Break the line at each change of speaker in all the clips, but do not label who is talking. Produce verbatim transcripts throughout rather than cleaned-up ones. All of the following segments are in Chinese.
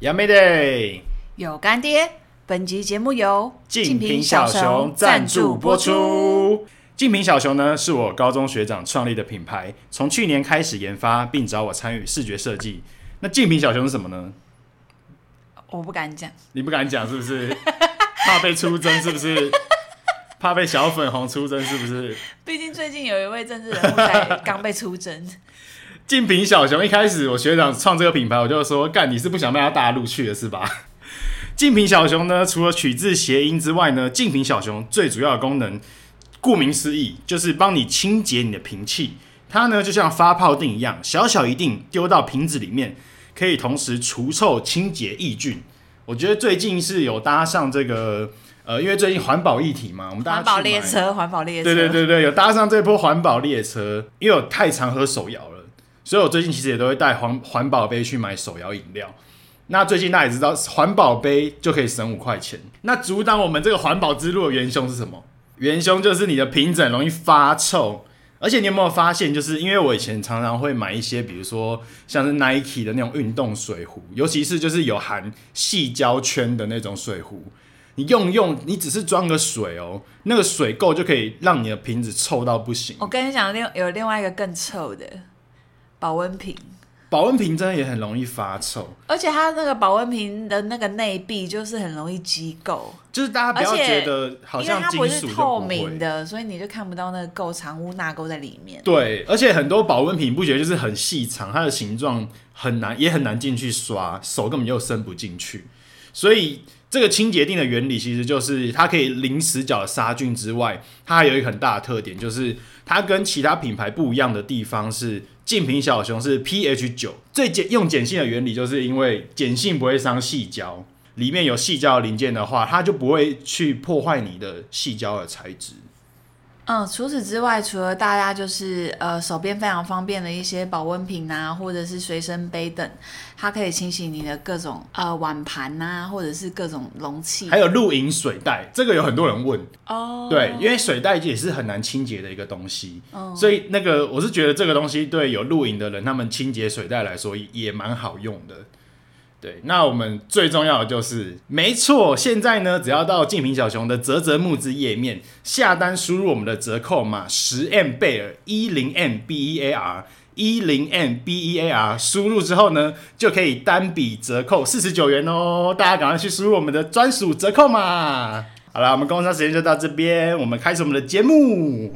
亚美得
有干爹。本集节目由
竞品小熊赞助播出。竞品小熊呢，是我高中学长创立的品牌，从去年开始研发，并找我参与视觉设计。那竞品小熊是什么呢？
我不敢讲。
你不敢讲是不是？怕被出征是不是？怕被小粉红出征是不是？
毕竟最近有一位政治人物才刚被出征。
竞品小熊一开始我学长创这个品牌，我就说干，你是不想被他大陆去了是吧？竞品小熊呢，除了取自谐音之外呢，竞品小熊最主要的功能，顾名思义，就是帮你清洁你的瓶器。它呢就像发泡锭一样，小小一锭丢到瓶子里面，可以同时除臭、清洁、抑菌。我觉得最近是有搭上这个，呃，因为最近环保议题嘛，我们大家
环保列车，环保列车，
对对对对，有搭上这波环保列车。因为我太常喝手摇了，所以我最近其实也都会带环环保杯去买手摇饮料。那最近大家也知道，环保杯就可以省五块钱。那阻挡我们这个环保之路的元凶是什么？元凶就是你的瓶子很容易发臭。而且你有没有发现，就是因为我以前常常会买一些，比如说像是 Nike 的那种运动水壶，尤其是就是有含矽胶圈的那种水壶，你用用，你只是装个水哦，那个水垢就可以让你的瓶子臭到不行。
我跟你讲，有另外一个更臭的保温瓶。
保温瓶真的也很容易发臭，
而且它那个保温瓶的那个内壁就是很容易积垢，
就是大家不要觉得好像金属就不会，因为它不是
透明的，所以你就看不到那个垢藏污纳垢在里面。
对，而且很多保温瓶不觉得就是很细长，它的形状很难，也很难进去刷，手根本就伸不进去。所以这个清洁锭的原理其实就是它可以零死角的杀菌之外，它还有一个很大的特点，就是它跟其他品牌不一样的地方是，竞品小熊是 P H 九， 最简用碱性的原理，就是因为碱性不会伤矽胶，里面有矽胶的零件的话，它就不会去破坏你的矽胶的材质。
嗯，除此之外，除了大家就是呃手边非常方便的一些保温瓶啊，或者是随身杯等，它可以清洗你的各种呃碗盘啊，或者是各种容器，
还有露营水袋，这个有很多人问
哦。
对，因为水袋也是很难清洁的一个东西，哦、所以那个我是觉得这个东西对有露营的人，他们清洁水袋来说也蛮好用的。对，那我们最重要的就是，没错，现在呢，只要到竞品小熊的嘖嘖募资页面下单，输入我们的折扣码十 M 贝尔一零 M B E A R 一零 M B E A R， 输入之后呢，就可以单笔折扣四十九元哦，大家赶快去输入我们的专属折扣码。好了，我们工商时间就到这边，我们开始我们的节目。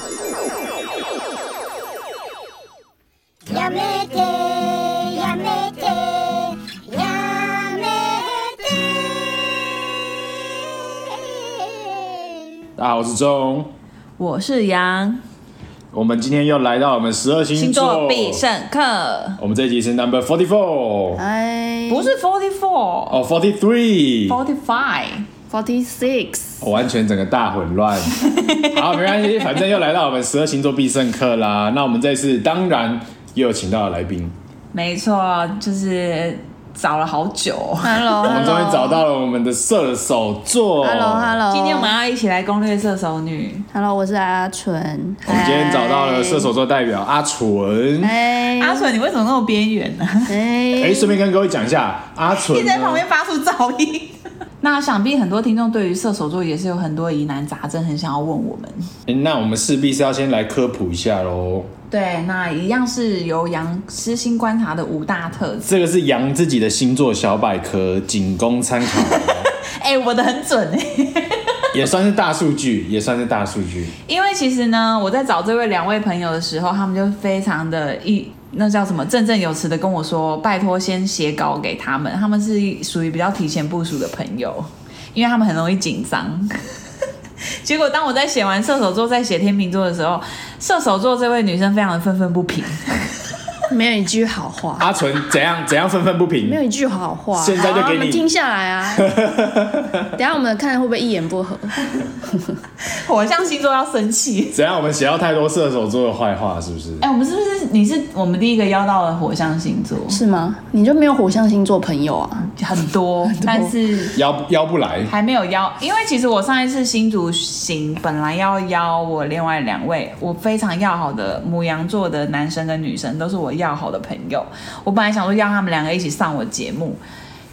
やめてやめて大家好，我是钟，
我是杨，
我们今天又来到我们十二星座
星座必胜课。
我们这一集是 number forty four，
哎，不是 forty four，
哦 forty three，forty
five，forty six，
我完全整个大混乱。好，没关系，反正又来到我们十二星座必胜课啦。那我们这次当然也有請到的來賓，
没错，就是找了好久。Hello，
我们终于找到了我们的射手座。
Hello Hello，
今天我们要一起来攻略射手女。
Hello， 我是阿纯。
我们今天找到了射手座代表阿纯。
哎，
阿纯，你为什么那么边缘呢？
哎，
哎，顺便跟各位讲一下，阿纯
一直在旁边发出噪音。那想必很多听众对于射手座也是有很多疑难杂症，很想要问我们。
欸、那我们势必是要先来科普一下咯。
对，那一样是由杨私心观察的五大特质。
这个是杨自己的星座小百科，仅供参考。
哎、欸，我的很准哎、欸，
也算是大数据，也算是大数据。
因为其实呢，我在找这位两位朋友的时候，他们就非常的一。那叫什么？振振有词的跟我说，拜托先写稿给他们，他们是属于比较提前部署的朋友，因为他们很容易紧张。结果当我在写完射手座，在写天秤座的时候，射手座这位女生非常的愤愤不平。
没有一句好话。
阿纯怎样怎样愤愤不平？
没有一句好话。
现在就给你，
好啊、我们听下来啊。等一下我们看会不会一言不合。
火象星座要生气。
怎样？我们写到太多射手座的坏话，是不是？
哎、欸，我们是不是你是我们第一个邀到的火象星座？
是吗？你就没有火象星座朋友啊？
很多，很多但是
邀邀不来，
还没有邀。因为其实我上一次新竹行本来要邀我另外两位我非常要好的牡羊座的男生跟女生，都是我要好的朋友。我本来想说要他们两个一起上我节目。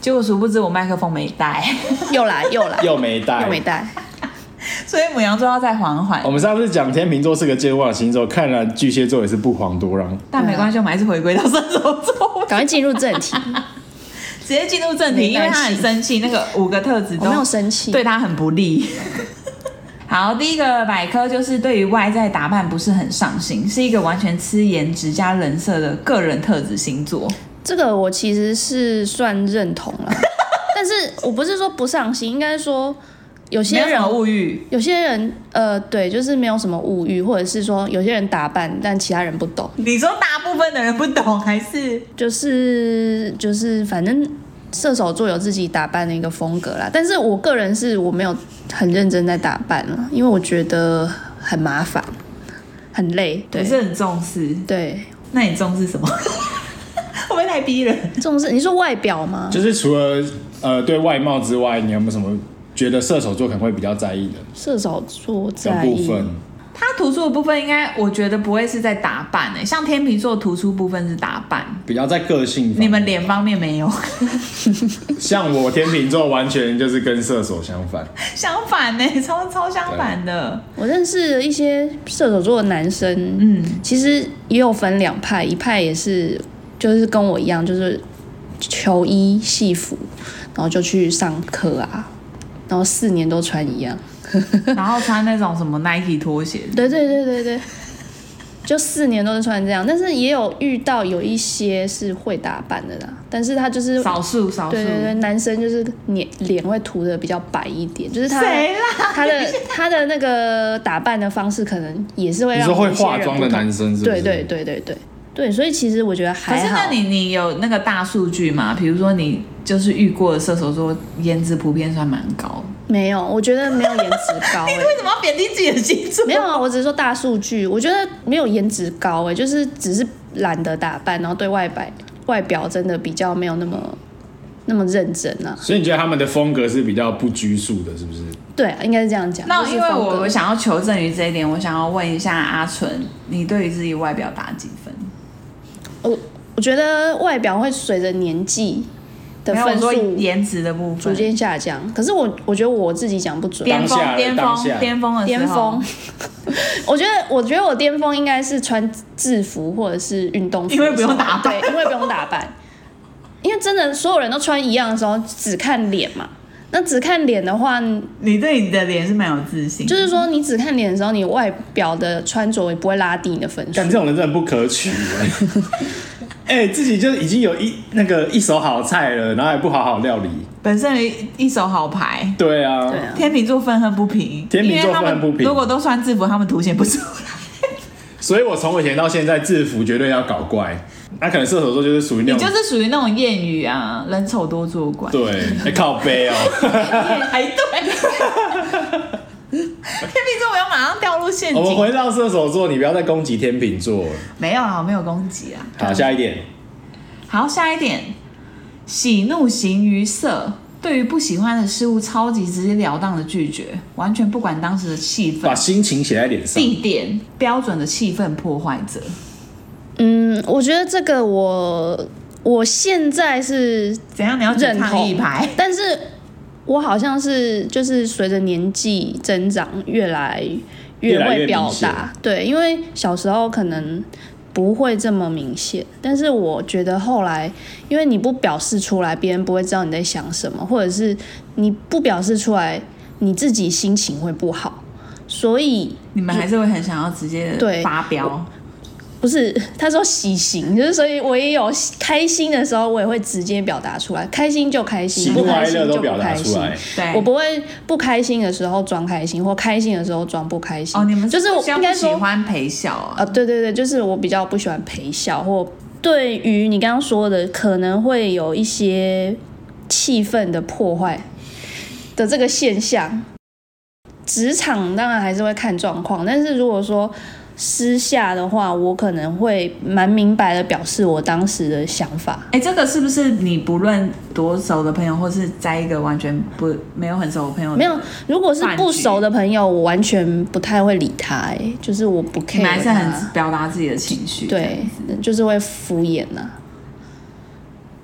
结果殊不知我麦克风没带，
又来又来
又没带，
又没带。
所以牡羊座要再缓缓。
我们上次讲天秤座是个健忘的星座，看来巨蟹座也是不遑多让。
但没关系，我们还是回归到射手座，
赶快进入正题，
直接进入正题，因为他很生气，那个五个特质都
我没有生气，
对他很不利。好，第一个百科就是对于外在打扮不是很上心，是一个完全吃颜值加人设的个人特质星座。
这个我其实是算认同了，但是我不是说不上心，应该说有些人
没有什么物欲，
有些人呃，对，就是没有什么物欲，或者是说有些人打扮，但其他人不懂。
你说大部分的人不懂，还是
就是就是反正射手座有自己打扮的一个风格啦，但是我个人是我没有很认真在打扮了，因为我觉得很麻烦，很累，对，
不是很重视？
对。
那你重视什么？会不会太逼人？
重视你说外表吗？
就是除了呃对外貌之外，你有没有什么觉得射手座可能会比较在意的
射手座
的
在意
部分？
他突出的部分应该，我觉得不会是在打扮诶、欸，像天秤座突出部分是打扮，
比较在个性方面。
你们脸方面没有。
像我天秤座完全就是跟射手相反，
相反呢、欸，超超相反的。
我认识一些射手座的男生，
嗯，
其实也有分两派，一派也是就是跟我一样，就是球衣戏服，然后就去上课啊，然后四年都穿一样。
然后穿那种什么 Nike 拖鞋，
对对对对对，就四年都是穿这样，但是也有遇到有一些是会打扮的啦，但是他就是
少数少数，
对对对，男生就是脸脸会涂的比较白一点，就是他
谁啦？
他的他的那个打扮的方式可能也是会让
你说会化妆的男生是不是？
对对对对对对，所以其实我觉得还好。
可是那你你有那个大数据吗？比如说你就是遇过的射手座颜值普遍算蛮高的。
没有，我觉得没有颜值高、欸。
你为什么要贬低自己的星座？
没有啊，我只是说大数据，我觉得没有颜值高哎、欸，就是只是懒得打扮，然后对外摆外表真的比较没有那么那么认真啊。
所以你觉得他们的风格是比较不拘束的，是不是？
对，应该是这样讲。
那因为我
我
我想要求证于这一点，我想要问一下阿纯，你对于自己外表打几分？
我我觉得外表会随着年纪的分数
颜值的部分
逐渐下降，可是我我觉得我自己讲不准。
巅峰巅峰巅峰的时候，
巅峰，我觉得我觉得我巅峰应该是穿制服或者是运动服，
因为不用打扮，
对，因为不用打扮，因为真的所有人都穿一样的时候，只看脸嘛。那只看脸的话，
你对你的脸是蛮有自信，
就是说你只看脸的时候，你外表的穿着也不会拉低你的分数。
但这种人真的不可取哎、欸，自己就已经有一那个一手好菜了，然后还不好好料理，
本身有一手好牌。
对啊，
对啊，
天秤座愤恨不平，
天秤座愤恨不平。
如果都穿制服，他们凸显不出来。
所以我从以前到现在，制服绝对要搞怪。那、啊、可能射手座就是属于那种，
你就是属于那种谚语啊，人丑多作怪。
对，还、欸、靠背哦。
还对。天秤座，我要马上掉入陷阱。
我们回到射手座，你不要再攻击天秤座。
没有啊，我没有攻击啊。
好，下一点。
好，下一点，喜怒形于色。对于不喜欢的事物，超级直截了当的拒绝，完全不管当时的气氛，
把心情写在脸上。
地点，标准的气氛破坏者。
嗯，我觉得这个我我现在是
怎样？你要
认
同一排，
但是我好像是就是随着年纪增长，越来越会表达。对，因为小时候可能不会这么明显，但是我觉得后来，因为你不表示出来，别人不会知道你在想什么，或者是你不表示出来，你自己心情会不好，所以
你们还是会很想要直接的发飙。
不是，他说喜形，就是所以我也有开心的时候，我也会直接表达出来，开心就开心，不开心就不开心。
对，
我不会不开心的时候装开心，或开心的时候装不开心。
哦，你们
就是我应该说
喜欢陪笑啊？
呃，对对对，就是我比较不喜欢陪笑，或对于你刚刚说的，可能会有一些气氛的破坏的这个现象。职场当然还是会看状况，但是如果说私下的话，我可能会蛮明白的表示我当时的想法。
哎、欸，这个是不是你不论多熟的朋友，或是在一个完全不没有很熟的朋友？
没有，如果是不熟的朋友，我完全不太会理他、欸。哎，就是我不 care，
你还是很表达自己的情绪。
对，就是会敷衍呐、啊。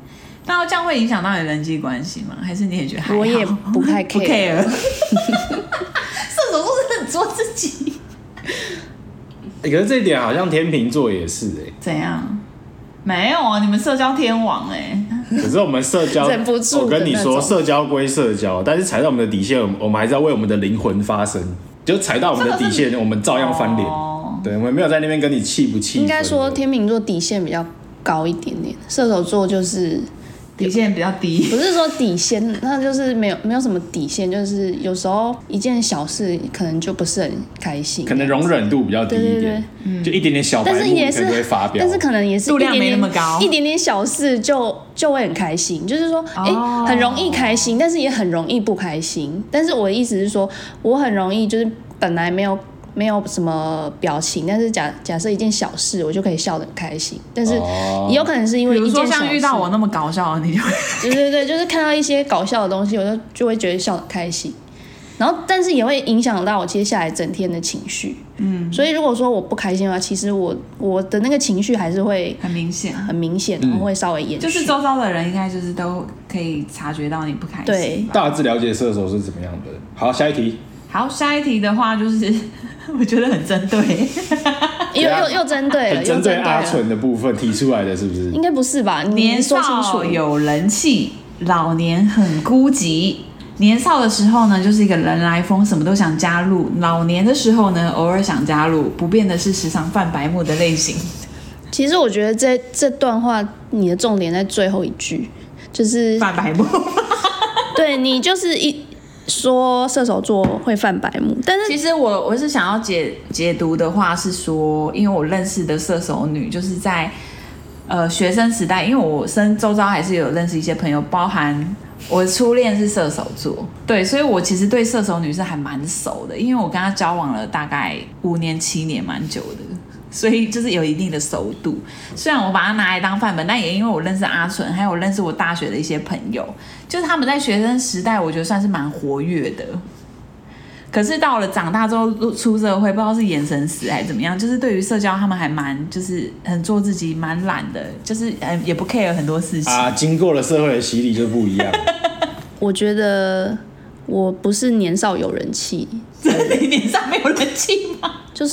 那这样会影响到你人际关系吗？还是你也觉得还好？
我也不太 care。
不 care 射手座是很做自己。
欸、可是这一点好像天秤座也是哎、欸。
怎样？没有啊，你们社交天王哎、
欸。可是我们社交，
忍不住
我跟你说，社交归社交，但是踩到我们的底线，我们还是要为我们的灵魂发声。就踩到我们的底线，我们照样翻脸。哦、对，我们没有在那边跟你气不气。
应该说天秤座底线比较高一点点，射手座就是
底线比较低。
不是说底线，那就是没有没有什么底线，就是有时候一件小事可能就不是很开心，
可能容忍度比较低一点，对对对嗯、就一点点小白目可能就会发飙，
但是可能也是
度量没那么高，
一点点小事就就会很开心，就是说，哎、哦欸，很容易开心，但是也很容易不开心。但是我的意思是说，我很容易就是本来没有。没有什么表情，但是假假设一件小事，我就可以笑得很开心。但是也有可能是因为一件小事，比如说
像遇到我那么搞笑，你就会
对对对，就是看到一些搞笑的东西，我就就会觉得笑得开心。然后，但是也会影响到我接下来整天的情绪。嗯，所以如果说我不开心的话，其实我我的那个情绪还是会
很明显，
很明显，然后会稍微延续。
就是周遭的人应该就是都可以察觉到你不开心。
对，
大致了解射手是怎么样的。好，下一题。
好，下一题的话就是，我觉得很针对，
又又又针对了，
很针对阿纯的部分提出来的是不是？
应该不是吧？
年少有人气，老年很孤寂。年少的时候呢，就是一个人来疯，什么都想加入；老年的时候呢，偶尔想加入，不变的是时常犯白目的类型。
其实我觉得这这段话，你的重点在最后一句，就是
犯白目。
对你就是一。说射手座会犯白目，但是
其实我我是想要解解读的话是说，因为我认识的射手女就是在呃学生时代，因为我身周遭还是有认识一些朋友，包含我初恋是射手座，对，所以我其实对射手女是还蛮熟的，因为我跟她交往了大概五年七年，蛮久的。所以就是有一定的熟度，虽然我把它拿来当范本，但也因为我认识阿纯，还有我认识我大学的一些朋友，就是他们在学生时代，我觉得算是蛮活跃的。可是到了长大之后出社会，不知道是眼神死还是怎么样，就是对于社交他们还蛮就是很做自己，蛮懒的，就是也不 care 很多事情
啊。经过了社会的洗礼就不一样。
我觉得我不是年少有人气，
你年少没有人气吗？
就是。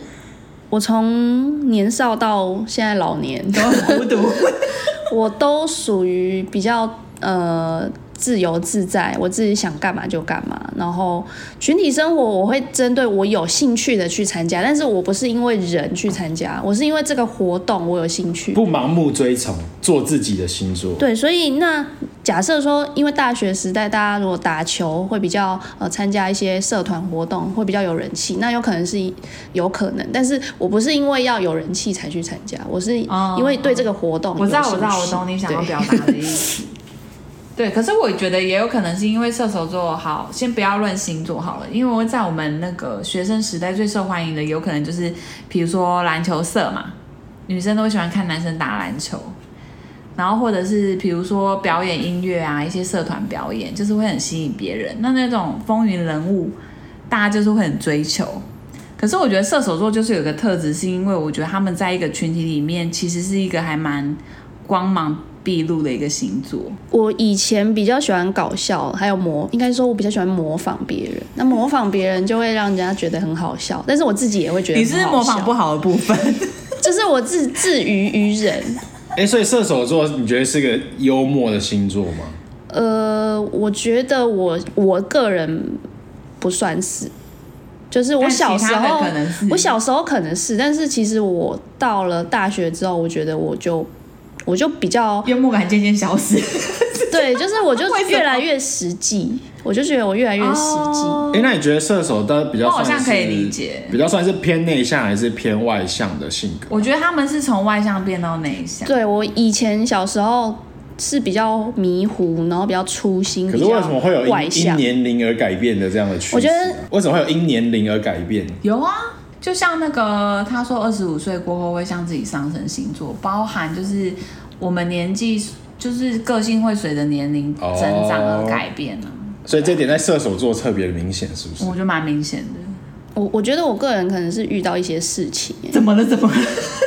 我从年少到现在老年
都很孤独，
我都属于比较呃自由自在，我自己想干嘛就干嘛。然后群体生活我会针对我有兴趣的去参加，但是我不是因为人去参加，我是因为这个活动我有兴趣，
不盲目追从，做自己的星座。
对，所以那假设说，因为大学时代大家如果打球会比较呃参加一些社团活动，会比较有人气，那有可能是有可能，但是我不是因为要有人气才去参加，我是因为对这个活动有兴趣。
我知道，我知道，我懂你想要表达的意思。对，可是我觉得也有可能是因为射手座，好，先不要论星座好了，因为我在我们那个学生时代最受欢迎的，有可能就是比如说篮球社嘛，女生都会喜欢看男生打篮球，然后或者是比如说表演音乐啊，一些社团表演，就是会很吸引别人。那那种风云人物，大家就是会很追求。可是我觉得射手座就是有个特质，是因为我觉得他们在一个群体里面，其实是一个还蛮光芒毕露的一个星座。
我以前比较喜欢搞笑，还有模，应该说我比较喜欢模仿别人。那模仿别人就会让人家觉得很好笑，但是我自己也会觉得很好笑。
你是模仿不好的部分，
就是我自自娱于人。
哎、欸，所以射手座你觉得是个幽默的星座吗？
呃，我觉得我我个人不算是。就是我小时候，我小时候可能是，但是其实我到了大学之后，我觉得我就我就比较
幽默感渐渐消失。
对，就是我就越来越实际，我就觉得我越来越实际。
哎、欸，那你觉得射手的比较算是，
我好像可以理解，
比较算是偏内向还是偏外向的性格？
我觉得他们是从外向变到内向。
对，我以前小时候是比较迷糊，然后比较粗心，
可是为什么会有因因年龄而改变的这样的趋势？
我觉得
为什么会有因年龄而改变？
有啊，就像那个他说二十五岁过后会向自己上升星座，包含就是我们年纪就是个性会随着年龄增长而改变啊。
哦、所以这点在射手座特别的明显，是不是？
我觉得蛮明显的。
我我觉得我个人可能是遇到一些事情。
怎么了？怎么了？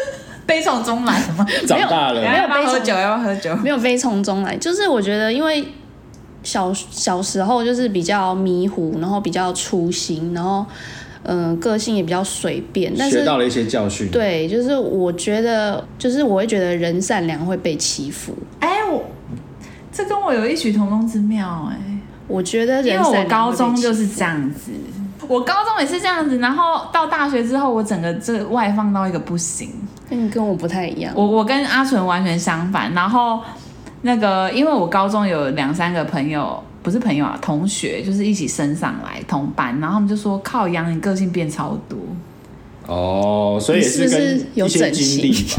悲从中来吗？
长大了，
没有
要不要喝酒？要不要喝酒？
没有悲从中来，就是我觉得因为小小时候就是比较迷糊，然后比较粗心，然后嗯、呃、个性也比较随便，但是
学到了一些教训。
对，就是我觉得，就是我会觉得人善良会被欺负。
哎、欸，我这跟我有异曲同工之妙哎、欸。
我觉得人善良
因为我高中就是这样子，我高中也是这样子，然后到大学之后，我整个这外放到一个不行。
你跟我不太一样，
我我跟阿纯完全相反。然后那个，因为我高中有两三个朋友。不是朋友啊，同学就是一起升上来同班，然后他们就说靠杨，你个性变超多。
哦，所以也是跟一些经历吧。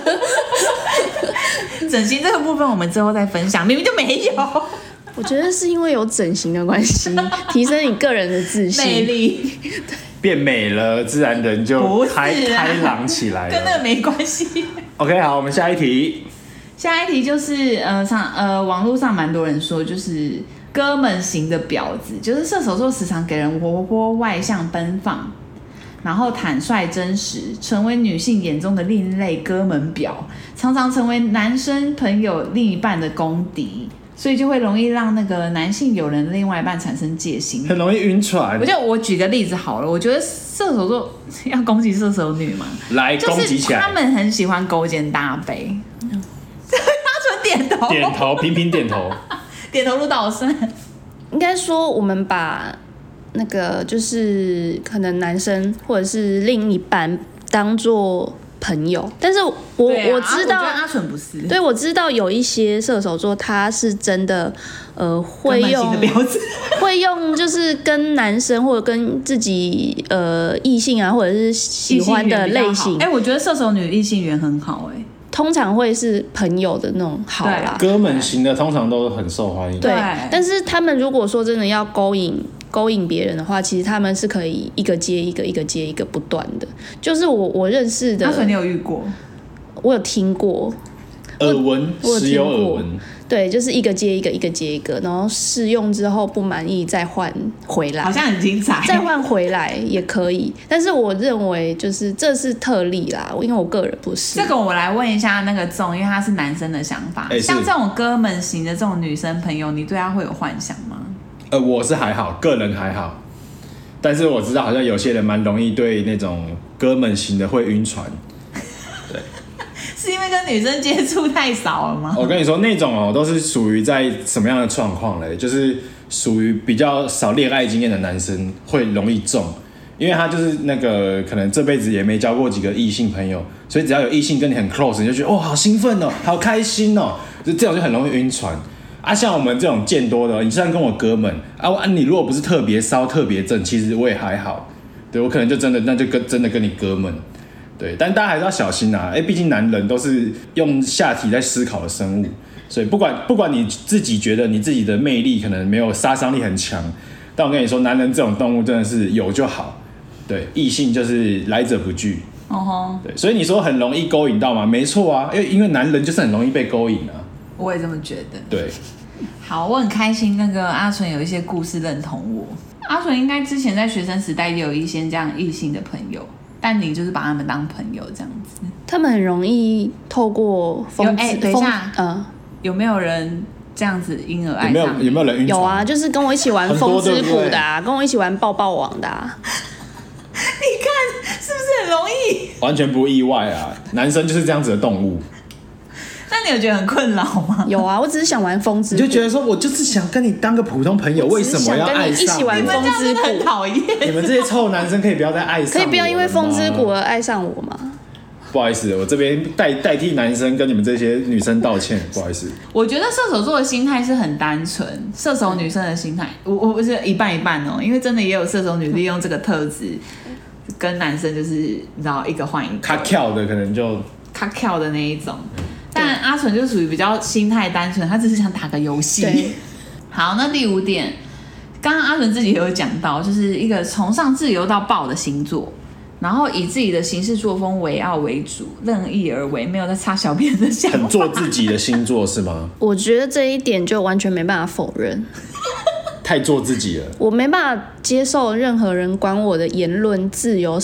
整形这个部分我们之后再分享，明明就没有。
我觉得是因为有整形的关系，提升你个人的自信、
魅力，
变美了，自然人就开开朗起来了，
跟那个没关系。
OK， 好，我们下一题。
下一题就是呃上呃网络上蛮多人说就是。哥们型的婊子，就是射手座时常给人活泼、外向、奔放，然后坦率、真实，成为女性眼中的另类哥们婊，常常成为男生朋友另一半的公敌，所以就会容易让那个男性友人的另外一半产生戒心，
很容易晕船。
我就我举个例子好了，我觉得射手座要攻击射手女嘛，
来攻击起来，
就是他们很喜欢勾肩搭背，嗯、他纯点头，
点头，频频点头。
点头如捣蒜。
应该说，我们把那个就是可能男生或者是另一半当做朋友，但是我、啊、我知道
阿纯不是，
对，我知道有一些射手座他是真的呃会用会用就是跟男生或者跟自己呃异性啊或者是喜欢的类型。
哎、欸，我觉得射手女异性缘很好哎、欸。
通常会是朋友的那种好啦，
哥们型的通常都很受欢迎。
对，但是他们如果说真的要勾引勾引别人的话，其实他们是可以一个接一个，一个接一个不断的。就是我我认识的，
阿水你有遇过？
我有听过，
耳闻，时有耳闻。
对，就是一个接一个，一个接一个，然后试用之后不满意再换回来，
好像很精彩。
再换回来也可以，但是我认为就是这是特例啦，因为我个人不是。
这个我来问一下那个仲，因为他是男生的想法。欸、像这种哥们型的这种女生朋友，你对他会有幻想吗？
呃，我是还好，个人还好，但是我知道好像有些人蛮容易对那种哥们型的会晕船。对。
是因为跟女生接触太少了吗？
我跟你说，那种哦，都是属于在什么样的状况嘞？就是属于比较少恋爱经验的男生会容易中，因为他就是那个可能这辈子也没交过几个异性朋友，所以只要有异性跟你很 close， 你就觉得哦好兴奋哦，好开心哦，就这种就很容易晕船啊。像我们这种见多的，你虽然跟我哥们啊，你如果不是特别骚、特别正，其实我也还好，对我可能就真的那就跟真的跟你哥们。对，但大家还是要小心啊！哎，毕竟男人都是用下体在思考的生物，所以不管不管你自己觉得你自己的魅力可能没有杀伤力很强，但我跟你说，男人这种动物真的是有就好。对，异性就是来者不拒。
哦、uh-huh.
对，所以你说很容易勾引到吗？没错啊，因为因为男人就是很容易被勾引啊。
我也这么觉得。
对，
好，我很开心，那个阿纯有一些故事认同我。阿纯应该之前在学生时代也有一些这样异性的朋友。但你就是把他们当朋友这样子，
他们很容易透过风之、
欸、等一下，
嗯，
有没有人这样子因而爱上？
有没有有没有人晕船？
有啊，就是跟我一起玩风之谷的、啊，跟我一起玩抱抱网的、啊。
你看是不是很容易？
完全不意外啊，男生就是这样子的动物。
那你有觉得很困扰吗？
有啊，我只是想玩风之谷，
你就觉得说我就是想跟你当个普通朋友，为什么要爱上你？
一起玩风之谷，
很讨厌。
你们这些臭男生可以不要再爱上我，
可以不要因为风之谷而爱上我吗？
不好意思，我这边代代替男生跟你们这些女生道歉，不好意思。
我觉得射手座的心态是很单纯，射手女生的心态，我我不是一半一半哦，因为真的也有射手女利用这个特质跟男生就是你知道一个换一个，
卡跳的可能就
卡跳的那一种。但阿纯就属于比较心态单纯，他只是想打个游戏。好，那第五点，刚刚阿纯自己也有讲到，就是一个崇尚自由到爆的星座，然后以自己的行事作风为傲为主，任意而为，没有在插小别人的想法，
很做自己的星座是吗？
我觉得这一点就完全没办法否认。
太做自己了，
我没办法接受任何人管我的言论自由、思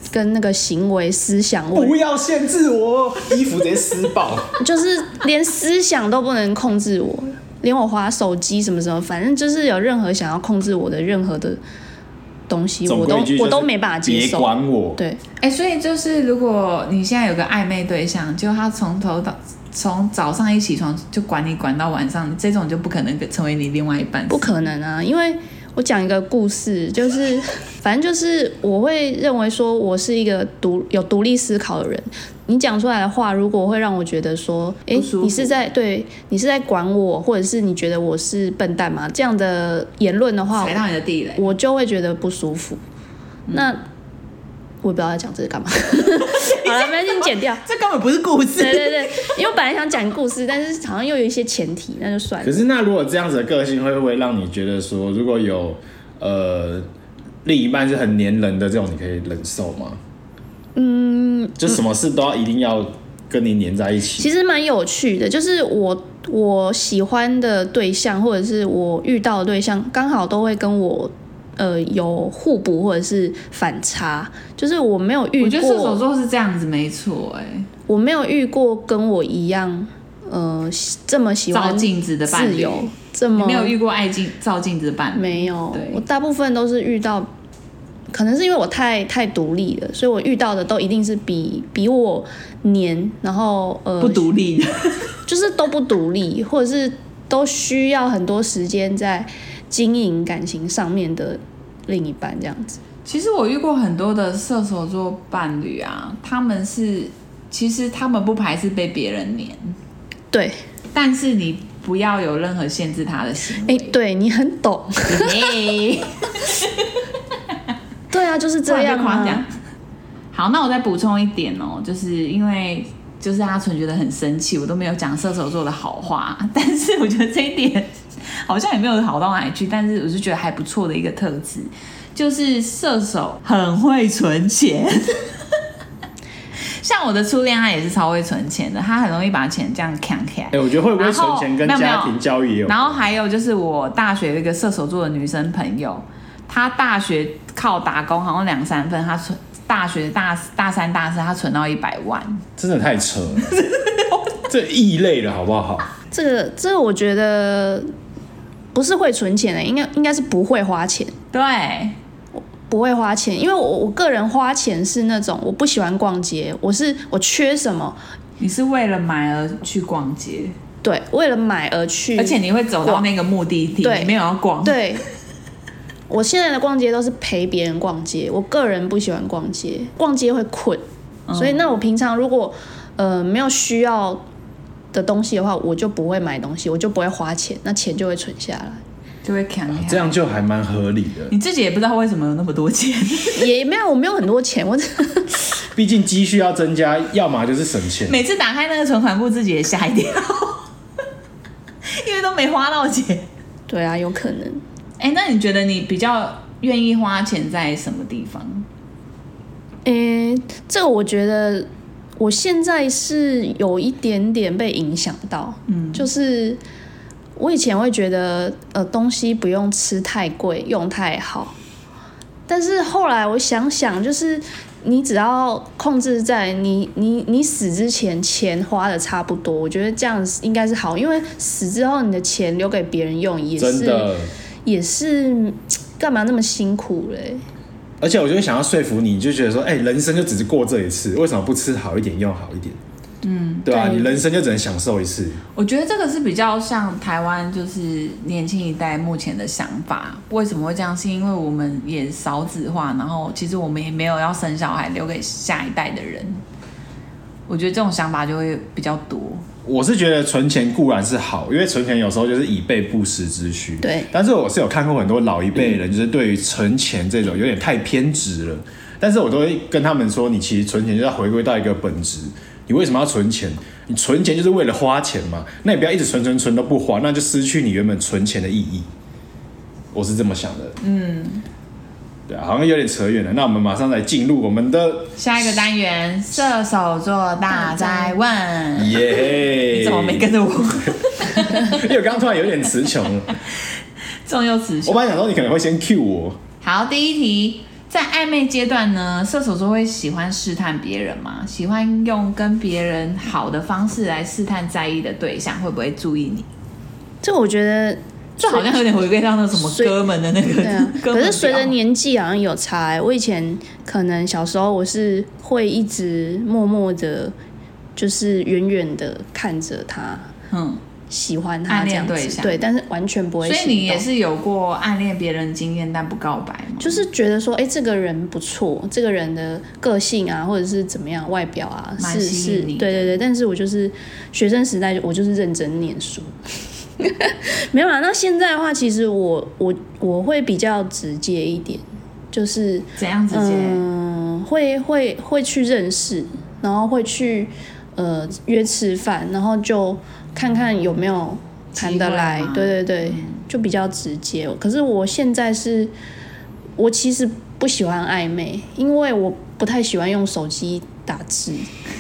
跟那个行为思想，
不要限制我，衣服直接撕爆，
就是连思想都不能控制我，连我滑手机什么什么，反正就是有任何想要控制我的任何的东西，我都我都没办法接受。
别管我。
对，
哎、欸，所以就是如果你现在有个暧昧对象，就他从头到从早上一起床就管你管到晚上，这种就不可能成为你另外一半。
不可能啊，因为我讲一个故事，就是反正就是我会认为说我是一个独有独立思考的人。你讲出来的话，如果会让我觉得说，哎、欸，你是在对你是在管我，或者是你觉得我是笨蛋吗？这样的言论的话，
踩到你的地雷，
我就会觉得不舒服。嗯、那我也不知道在讲这个干嘛。好了，没关系，剪掉。
这根本不是故事。
对对对，因为我本来想讲故事，但是好像又有一些前提，那就算了。
可是那如果这样子的个性，会不会让你觉得说，如果有呃另一半是很黏人的这种，你可以忍受吗？嗯，就什么事都要一定要跟你黏在一起。
其实蛮有趣的，就是我我喜欢的对象，或者是我遇到的对象，刚好都会跟我。呃，有互补或者是反差，就是我没有遇过。
我觉得射手座是这样子，没错，哎，
我没有遇过跟我一样，呃，这么喜欢
照镜子的伴侣，
这么
没有遇过爱镜照镜子的伴侣，
没有。我大部分都是遇到，可能是因为我太太独立了，所以我遇到的都一定是比比我黏，然后呃
不独立的，
就是都不独立，或者是都需要很多时间在经营感情上面的另一半这样子。
其实我遇过很多的射手座伴侣啊，他们是其实他们不排斥被别人黏，
对，
但是你不要有任何限制他的行为。
哎、欸，对你很懂。对啊，就是这样啊。
好，那我再补充一点哦，就是因为就是阿纯觉得很生气，我都没有讲射手座的好话，但是我觉得这一点好像也没有好到哪里去，但是我是觉得还不错的一个特质，就是射手很会存钱。像我的初恋，他也是超会存钱的，他很容易把钱这样扛起来。
哎、欸，我觉得会不会存钱跟家庭教育也有？
然后还有就是我大学有一个射手座的女生朋友，她大学靠打工好像两三份，她存大学大大三大四，她存到一百万，
真的太扯了，这异类了好不好？
这个这个我觉得不是会存钱的，应该应该是不会花钱。
对。
不会花钱，因为我我个人花钱是那种我不喜欢逛街，我是我缺什么，
你是为了买而去逛街，
对，为了买而去，
而且你会走到那个目的地，
对，
你没有要逛，
对。我现在的逛街都是陪别人逛街，我个人不喜欢逛街，逛街会困，嗯、所以那我平常如果呃没有需要的东西的话，我就不会买东西，我就不会花钱，那钱就会存下来。
就会扛、啊，
这样就还蛮合理的。
你自己也不知道为什么有那么多钱，
也没有，我没有很多钱，我
毕竟积蓄要增加，要么就是省钱。
每次打开那个存款簿，自己也吓一跳，因为都没花到钱。
对啊，有可能。
哎、欸，那你觉得你比较愿意花钱在什么地方？
诶、欸，这个我觉得我现在是有一点点被影响到，嗯，就是。我以前会觉得，呃，东西不用吃太贵，用太好。但是后来我想想，就是你只要控制在你你你死之前，钱花的差不多，我觉得这样应该是好，因为死之后你的钱留给别人用也是，
真的
也是干嘛那么辛苦嘞？
而且我就会想要说服你，你就觉得说，哎、欸，人生就只是过这一次，为什么不吃好一点，用好一点？嗯，对啊，对，你人生就只能享受一次。
我觉得这个是比较像台湾，就是年轻一代目前的想法。为什么会这样？是因为我们也少子化，然后其实我们也没有要生小孩留给下一代的人。我觉得这种想法就会比较多。
我是觉得存钱固然是好，因为存钱有时候就是以备不时之需。
对。
但是我是有看过很多老一辈人，就是对于存钱这种有点太偏执了。但是我都会跟他们说，你其实存钱就要回归到一个本质。你为什么要存钱？你存钱就是为了花钱嘛？那你不要一直存存存都不花，那就失去你原本存钱的意义。我是这么想的。嗯，对啊，好像有点扯远了。那我们马上来进入我们的
下一个单元——射手座大哉问。
耶！
你怎么没跟着我？
因为我刚刚突然有点词穷了，
重又词穷。
我本来想说你可能会先 cue 我。
好，第一题。 在暧昧阶段呢，射手座会喜欢试探别人吗？喜欢用跟别人好的方式来试探在意的对象会不会注意你？
这我觉得
这好像有点回归到那什么哥们的那个。
对啊，可是随着年纪好像有差、欸。我以前可能小时候我是会一直默默的，就是远远的看着他，嗯。喜欢他这样子，对，但是完全不会行动。
所以你也是有过暗恋别人经验，但不告白吗？
就是觉得说，哎、欸，这个人不错，这个人的个性啊，或者是怎么样，外表啊，是是，对对对。但是我就是学生时代，我就是认真念书，没有啦。那现在的话，其实我我我会比较直接一点，就是
怎样直接？
嗯，会会会去认识，然后会去呃约吃饭，然后就。看看有没有谈得来，对对对、嗯，就比较直接。可是我现在是，我其实不喜欢暧昧，因为我不太喜欢用手机打字。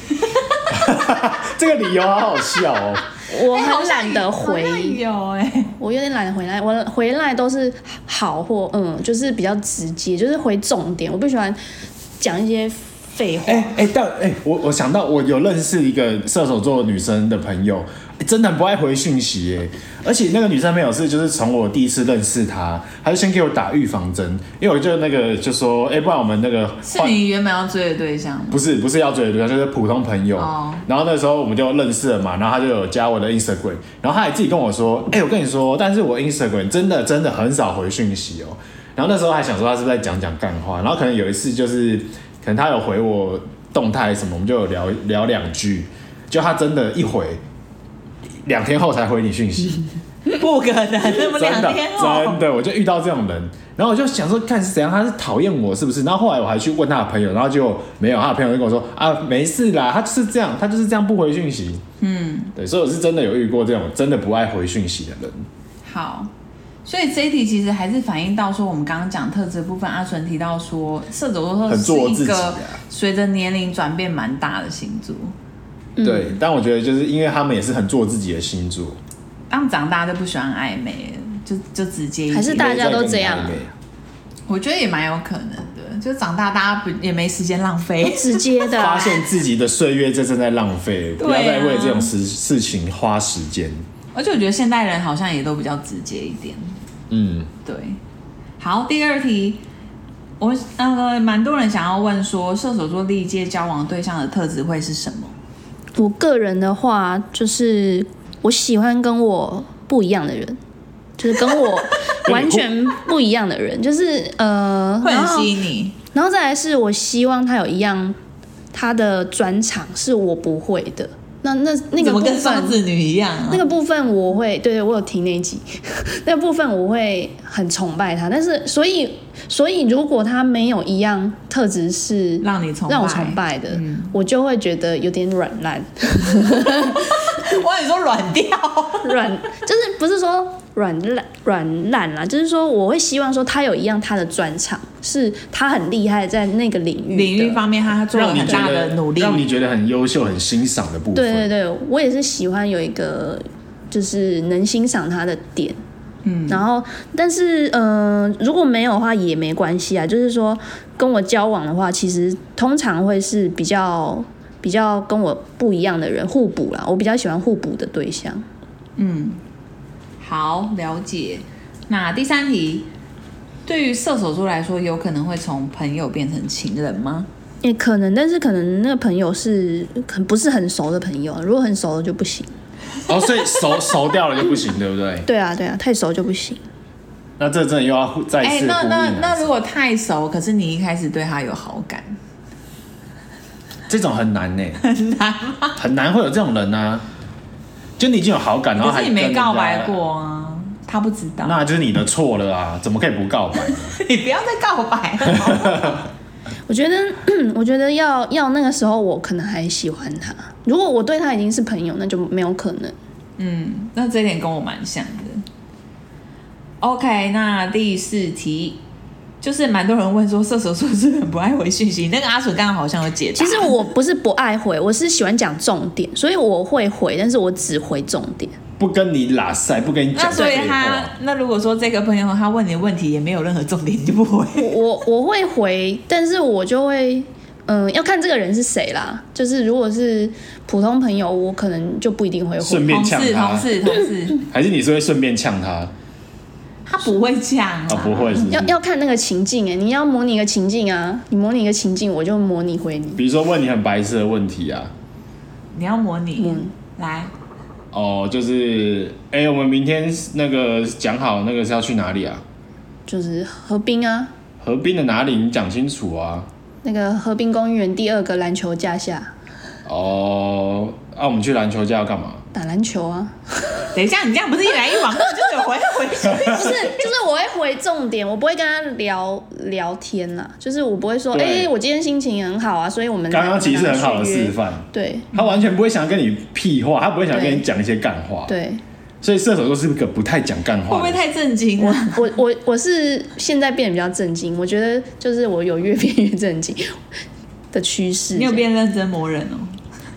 这个理由好好笑哦。
我很懒得回，
有哎、欸，
我有点懒得回来。我回来都是好或嗯，就是比较直接，就是回重点。我不喜欢讲一些。废话。
哎哎，但哎，我我想到我有认识一个射手座女生的朋友，真的很不爱回讯息耶。而且那个女生朋友是就是从我第一次认识她，她就先给我打预防针，因为我就那个就说，哎，不然我们那个
是你原本要追的对象吗？
不是不是要追的对象，就是普通朋友。哦、然后那时候我们就认识了嘛，然后她就有加我的 Instagram， 然后她也自己跟我说，哎，我跟你说，但是我 Instagram 真的真的很少回讯息哦。然后那时候还想说她是不是在讲讲干话，然后可能有一次就是。可能他有回我动态什么，我们就有聊聊两句，就他真的一回，两天后才回你讯息，
不可能，那么两天后，
真的，我就遇到这种人，然后我就想说，看是怎样，他是讨厌我是不是？然后后来我还去问他的朋友，然后就没有，他的朋友就跟我说啊，没事啦，他就是这样，他就是这样不回讯息，嗯，对，所以我是真的有遇过这种真的不爱回讯息的人。
好。所以这一题其实还是反映到说，我们刚刚讲特质的部分，阿纯提到说，射手座是一个随着年龄转变蛮大的星座。
对、嗯，但我觉得就是因为他们也是很做自己的星座，
他们长大就不喜欢暧昧，就就直接一
还是大家都这样、啊？
我觉得也蛮有可能的，就长大大家不也没时间浪费，
直接的、啊、
发现自己的岁月正在浪费，不要再为这种事事情花时间。
而且我觉得现代人好像也都比较直接一点。嗯，对。好，第二题，我那个蛮多人想要问说，射手座历届交往对象的特质会是什么？
我个人的话，就是我喜欢跟我不一样的人，就是跟我完全不一样的人，就是呃，
会很吸引你。
然后再来是我希望他有一样他的专长是我不会的。那那那个部分怎么
跟双子女一样、啊？
那个部分我会，对对，我有听那一集，那个部分我会很崇拜他。但是，所以所以如果他没有一样特质是
让你崇拜
让我崇拜的，嗯、我就会觉得有点软烂。
我跟你说软掉，
软就是不是说软烂软烂啦，就是说我会希望说他有一样他的专长，是他很厉害在那个领域
领域方面，他做了很大的努力，
让你觉得很优秀、很欣赏的部分。
对对对，我也是喜欢有一个就是能欣赏他的点。嗯，然后但是呃，如果没有的话也没关系啊，就是说跟我交往的话，其实通常会是比较。比较跟我不一样的人，互补啦，我比较喜欢互补的对象。
嗯，好，了解。那第三题，对于射手座来说，有可能会从朋友变成情人吗？
也可能，但是可能那个朋友是很不是很熟的朋友，如果很熟的就不行。
哦，所以熟熟掉了就不行，对不对？
对啊，对啊，太熟就不行。
那这真的又要再次呼应。
那那那如果太熟，可是你一开始对他有好感。
这种很难呢、欸，
很难吗？
很难会有这种人啊！就你已经有好感，然后还
可是你没告白过啊，他不知道，
那就是你的错了啊！怎么可以不告白呢？
你不要再告白了。
我觉得，我觉得要要那个时候，我可能还喜欢他。如果我对他已经是朋友，那就没有可能。
嗯，那这一点跟我蛮像的。OK， 那第四题。就是蛮多人问说射手座是不是很不爱回讯息，那个阿纯刚刚好像有解答。
其实我不是不爱回，我是喜欢讲重点，所以我会回，但是我只回重点。
不跟你拉塞，不跟你讲
那所以他那如果说这个朋友他问你的问题也没有任何重点，你就不回？
我我会回，但是我就会。嗯，要看这个人是谁啦。就是如果是普通朋友，我可能就不一定会回。
顺便呛他，
同事同事同事，
还是你是会顺便呛他？
他不会呛啊，
哦、不会是不是，
要要看那个情境哎，你要模拟一个情境啊，你模拟一个情境，我就模拟回你。
比如说问你很白痴的问题啊，
你要模拟，
嗯，
来。
哦，就是哎、欸，我们明天那个讲好那个是要去哪里啊？
就是河滨啊。
河滨的哪里？你讲清楚啊。
那个河滨公园第二个篮球架下。
哦，啊，我们去篮球架要干嘛？
打篮球啊。
等一下，你这样不是一来一往，就是有回回去。
不是，就是我会回重点，我不会跟他聊聊天啦。就是我不会说，哎、欸，我今天心情很好啊，所以我们
刚刚其实是很好的示范。
对，
他完全不会想跟你屁话，他不会想跟你讲一些干话。
对。
所以射手座是个不太讲干话的，
会不会太震惊
啊？我我我我是现在变得比较震惊，我觉得就是我有越变越震惊的趋势。
你有变认真磨人哦？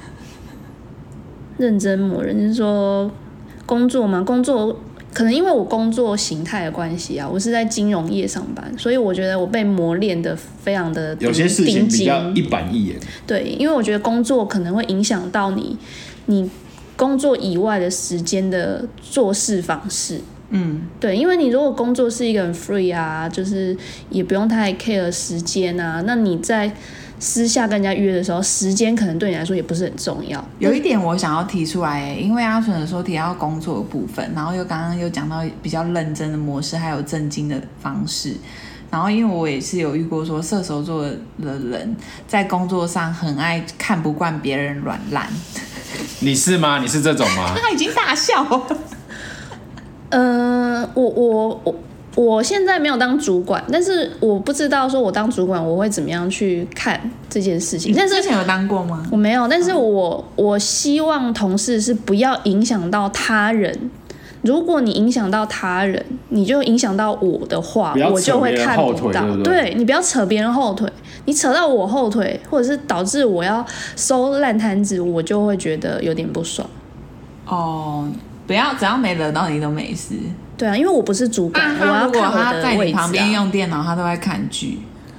认真磨人是说工作吗？工作可能因为我工作形态的关系啊，我是在金融业上班，所以我觉得我被磨练的非常的
有些事情比较一板一眼。
对，因为我觉得工作可能会影响到你你。工作以外的时间的做事方式，嗯，对，因为你如果工作是一个很 free 啊，就是也不用太 care 时间啊，那你在私下跟人家约的时候，时间可能对你来说也不是很重要。
有一点我想要提出来，因为阿纯有说提到工作的部分，然后又刚刚又讲到比较认真的模式，还有正经的方式。然后因为我也是有遇过说射手座的人在工作上很爱看不惯别人软烂。
你是吗？你是这种吗？
他已经大笑了。
呃，我我我我现在没有当主管，但是我不知道说我当主管我会怎么样去看这件事情。但是
之前有当过吗？
我没有，但是我我希望同事是不要影响到他人。如果你影响到他人，你就影响到我的话，我就会看不到。
对不对？
对，你不要扯别人后腿，你扯到我后腿，或者是导致我要收烂摊子，我就会觉得有点不爽。
哦，不要，只要没惹到你都没事。
对啊，因为我不是主管，
啊、
我要看我的位置、啊。
他在你旁边用电脑，他都在看剧。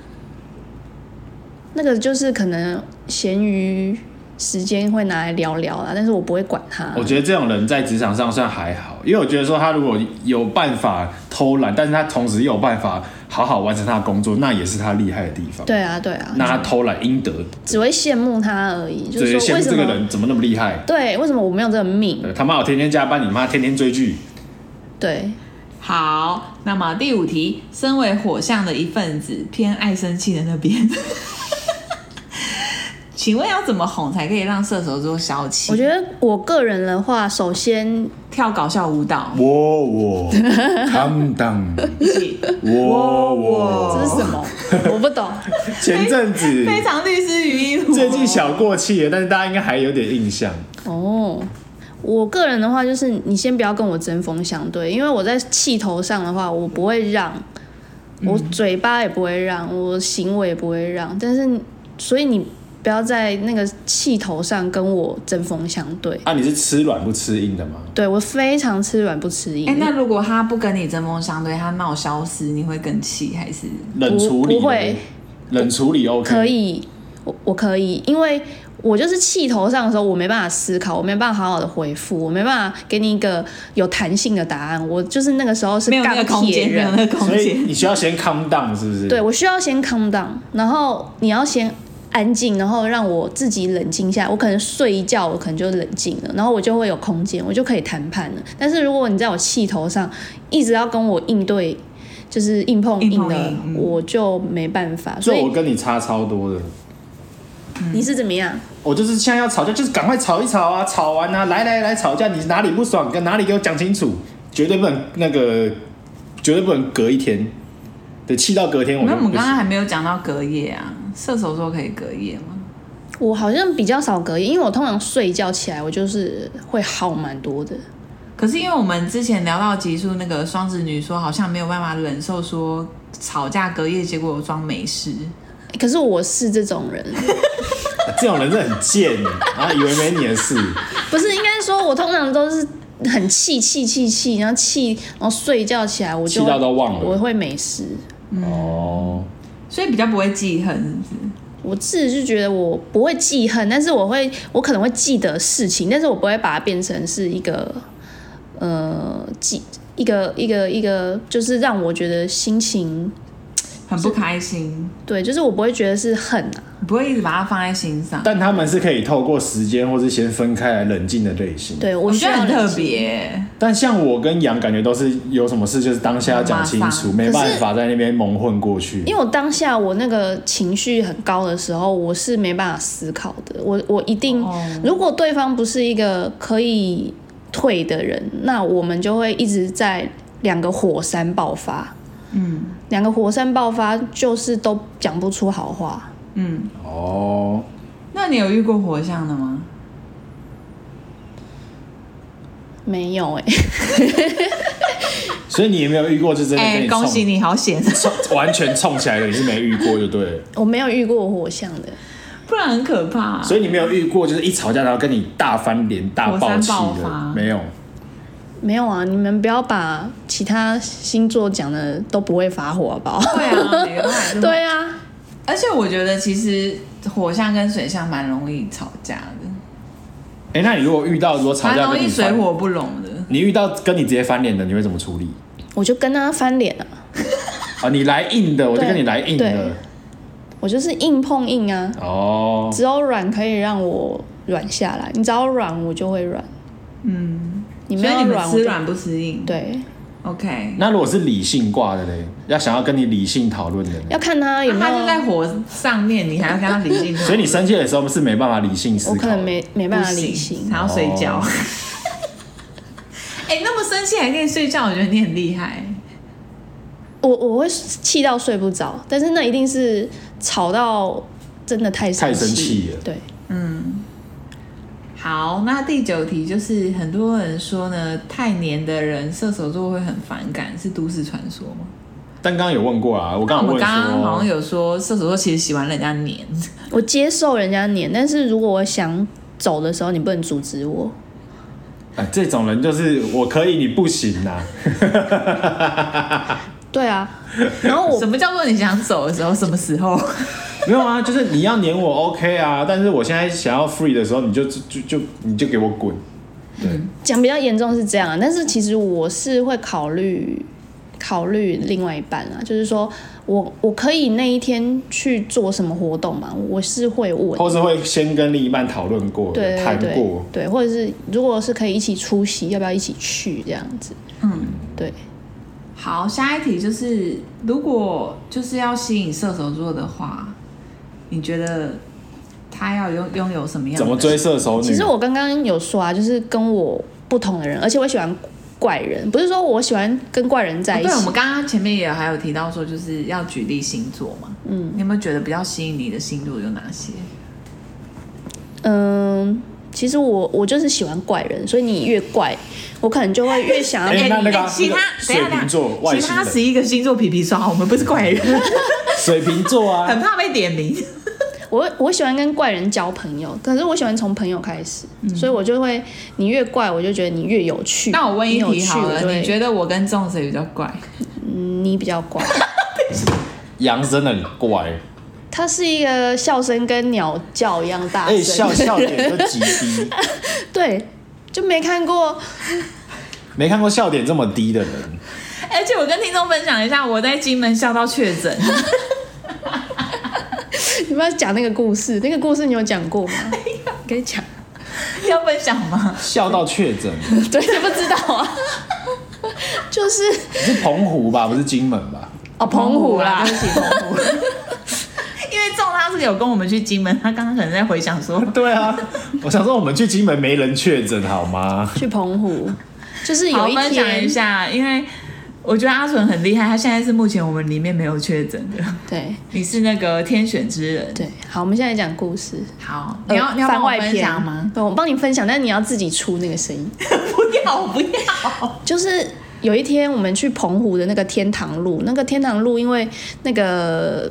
那个就是可能闲余时间会拿来聊聊啦，但是我不会管他。
我觉得这种人在职场上算还好，因为我觉得说他如果有办法偷懒，但是他同时又有办法好好完成他的工作，那也是他厉害的地方。
对啊，对啊。
那他偷懒应得，
只会羡慕他而已，就是说为什么
这个人怎么那么厉害？
对，为什么我没有这个命？
他妈我天天加班，你妈天天追剧。
对。
好，那么第五题，身为火象的一份子，偏爱生气的那边。请问要怎么哄才可以让射手座消气？
我觉得我个人的话，首先
跳搞笑舞蹈。
我我 calm down，
一起。
我我
这是什么？我不懂。
前阵子
非常律师语音。
最近小过气了，但是大家应该还有点印象。
哦，我个人的话就是，你先不要跟我针锋相对，因为我在气头上的话，我不会让，我嘴巴也不会让，我行为也不会让，但是所以你。不要在那个气头上跟我针锋相对
啊！你是吃软不吃硬的吗？
对，我非常吃软不吃硬。
哎、欸，那如果他不跟你针锋相对，他闹消失，你会更气还是
冷处理？
不会，
冷处理 OK。
可以，我我可以，因为我就是气头上的时候，我没办法思考，我没办法好好的回复，我没办法给你一个有弹性的答案。我就是那个时候是钢铁人，
没有那个空间，
所以你需要先 calm down， 是不是？
对，我需要先 calm down， 然后你要先。安静，然后让我自己冷静下来。我可能睡一觉，我可能就冷静了，然后我就会有空间，我就可以谈判了。但是如果你在我气头上一直要跟我应对，就是硬碰硬的，硬硬我就没办法。
所以我跟你差超多的。
你是怎么样？
我就是现在要吵架，就是赶快吵一吵啊！吵完啊，来来来吵架，你哪里不爽，跟哪里给我讲清楚，绝对不能那个，绝对不能隔一天。对，气到隔天我就不行。
那我们刚刚还没有讲到隔夜啊，射手座可以隔夜吗？
我好像比较少隔夜，因为我通常睡觉起来，我就是会好蛮多的。
可是因为我们之前聊到集数，那个双子女说好像没有办法忍受说吵架隔夜，结果我装没事。
可是我是这种人，
这种人是很贱，然后以为没你的事。
不是，应该说我通常都是很气气气气，然后气，然后睡觉起来我就
气到都忘了，
我会没事。
哦，
所以比较不会记恨，是不是？
我自己就觉得我不会记恨，但是我会，我可能会记得事情，但是我不会把它变成是一个，呃，记一个一个一个，就是让我觉得心情
很不开心。
对，就是我不会觉得是恨啊，
你不会一直把它放在心上。
但他们是可以透过时间或是先分开来冷静的类型。
对，我
我
需要
觉得很特
冷静。
别。
但像我跟杨，感觉都是有什么事就是当下要讲清楚，没办法在那边蒙混过去。
因为我当下我那个情绪很高的时候，我是没办法思考的。我我一定，
哦、
如果对方不是一个可以退的人，那我们就会一直在两个火山爆发。嗯，两个火山爆发就是都讲不出好话。
嗯，
哦，
那你有遇过火象的吗？
没有哎、欸，
所以你也没有遇过，就真的跟你冲、
欸、恭喜你好险，
完全冲起来的，你是没遇过就对了。
我没有遇过火象的，
不然很可怕、啊。
所以你没有遇过，就是一吵架然后跟你大翻脸、大爆气
爆
的，没有。
没有啊，你们不要把其他星座讲的都不会发火好不好？
对啊，每个都还是
对啊，
而且我觉得其实火象跟水象蛮容易吵架的。
哎、欸，那你如果遇到如果吵架跟你
蛮容易水火不容的，
你遇到跟你直接翻脸的，你会怎么处理？
我就跟他翻脸啊！
啊，你来硬的，我就跟你来硬的。
我就是硬碰硬啊！
哦，
只有软可以让我软下来，你只要软，我就会软。
嗯，
你没有软，
所以你们吃软不吃硬。
对
，OK。
那如果是理性挂的嘞，要想要跟你理性讨论的，
要看他有没有。
他就在火上面，你还要跟他理性讨论。
所以你生气的时候是没办法理性思考，
我可能没没办法理性，
还要睡觉。哎、哦欸，那么生气还可以睡觉，我觉得你很厉害。
我我会气到睡不着，但是那一定是吵到真的太生气，
太生气了。
对，
嗯。好，那第九题就是很多人说呢，太黏的人射手座会很反感，是都市传说吗？
但刚刚有问过啊，我刚刚
我们刚刚好像有说射手座其实喜欢人家黏，
我接受人家黏，但是如果我想走的时候，你不能阻止我。
啊、这种人就是我可以，你不行啊。
对啊，然后我
什么叫做你想走的时候？什么时候？
没有啊，就是你要黏我 OK 啊，但是我现在想要 free 的时候，你就就就就你就给我滚。对，
讲比较严重是这样，但是其实我是会考虑考虑另外一半啊，就是说我我可以那一天去做什么活动嘛，我是会问，
或是会先跟另一半讨论过、谈过，
对，或者是如果是可以一起出席，要不要一起去这样子？嗯，对。
好，下一题就是，如果就是要吸引射手座的话，你觉得他要拥拥有什么样的？
怎么追射手女？
其实我刚刚有说啊，就是跟我不同的人，而且我喜欢怪人，不是说我喜欢跟怪人在一起。
哦、对，我们刚刚前面也还有提到说，就是要举例星座嘛。嗯，你有没有觉得比较吸引你的星座有哪些？
嗯，其实我我就是喜欢怪人，所以你越怪，我可能就会越想要。
哎、欸，那那个
其他
水瓶座，外
其他十一个星座皮皮刷，我们不是怪人。
水瓶座啊，
很怕被点名。
我我喜欢跟怪人交朋友，可是我喜欢从朋友开始，嗯、所以我就会你越怪，我就觉得你越有趣。
那我问一题好了，
你
你觉得我跟仲谁比较怪？
嗯，你比较怪。
杨真的很怪。
他是一个笑声跟鸟叫一样大声，
哎、欸，笑笑点就极低。
对，就没看过，
没看过笑点这么低的人。
而且我跟听众分享一下，我在金门笑到确诊。
你不要讲那个故事，那个故事你有讲过吗？跟你讲，
要分享吗？
笑到确诊，
对，你不知道啊，就是
是澎湖吧，不是金门吧？
哦，澎湖啦，
对不起，澎湖。因为仲他是有跟我们去金门，他刚刚可能在回想说，
对啊，我想说我们去金门没人确诊好吗？
去澎湖，就是有一天
分享一下，因为我觉得阿纯很厉害，他现在是目前我们里面没有确诊的。
对，
你是那个天选之人。
对，好，我们现在讲故事。
好，你要、呃、你要帮我分享吗？
对，我帮你分享，但是你要自己出那个声音。
不要，我不要。
就是有一天我们去澎湖的那个天堂路，那个天堂路因为那个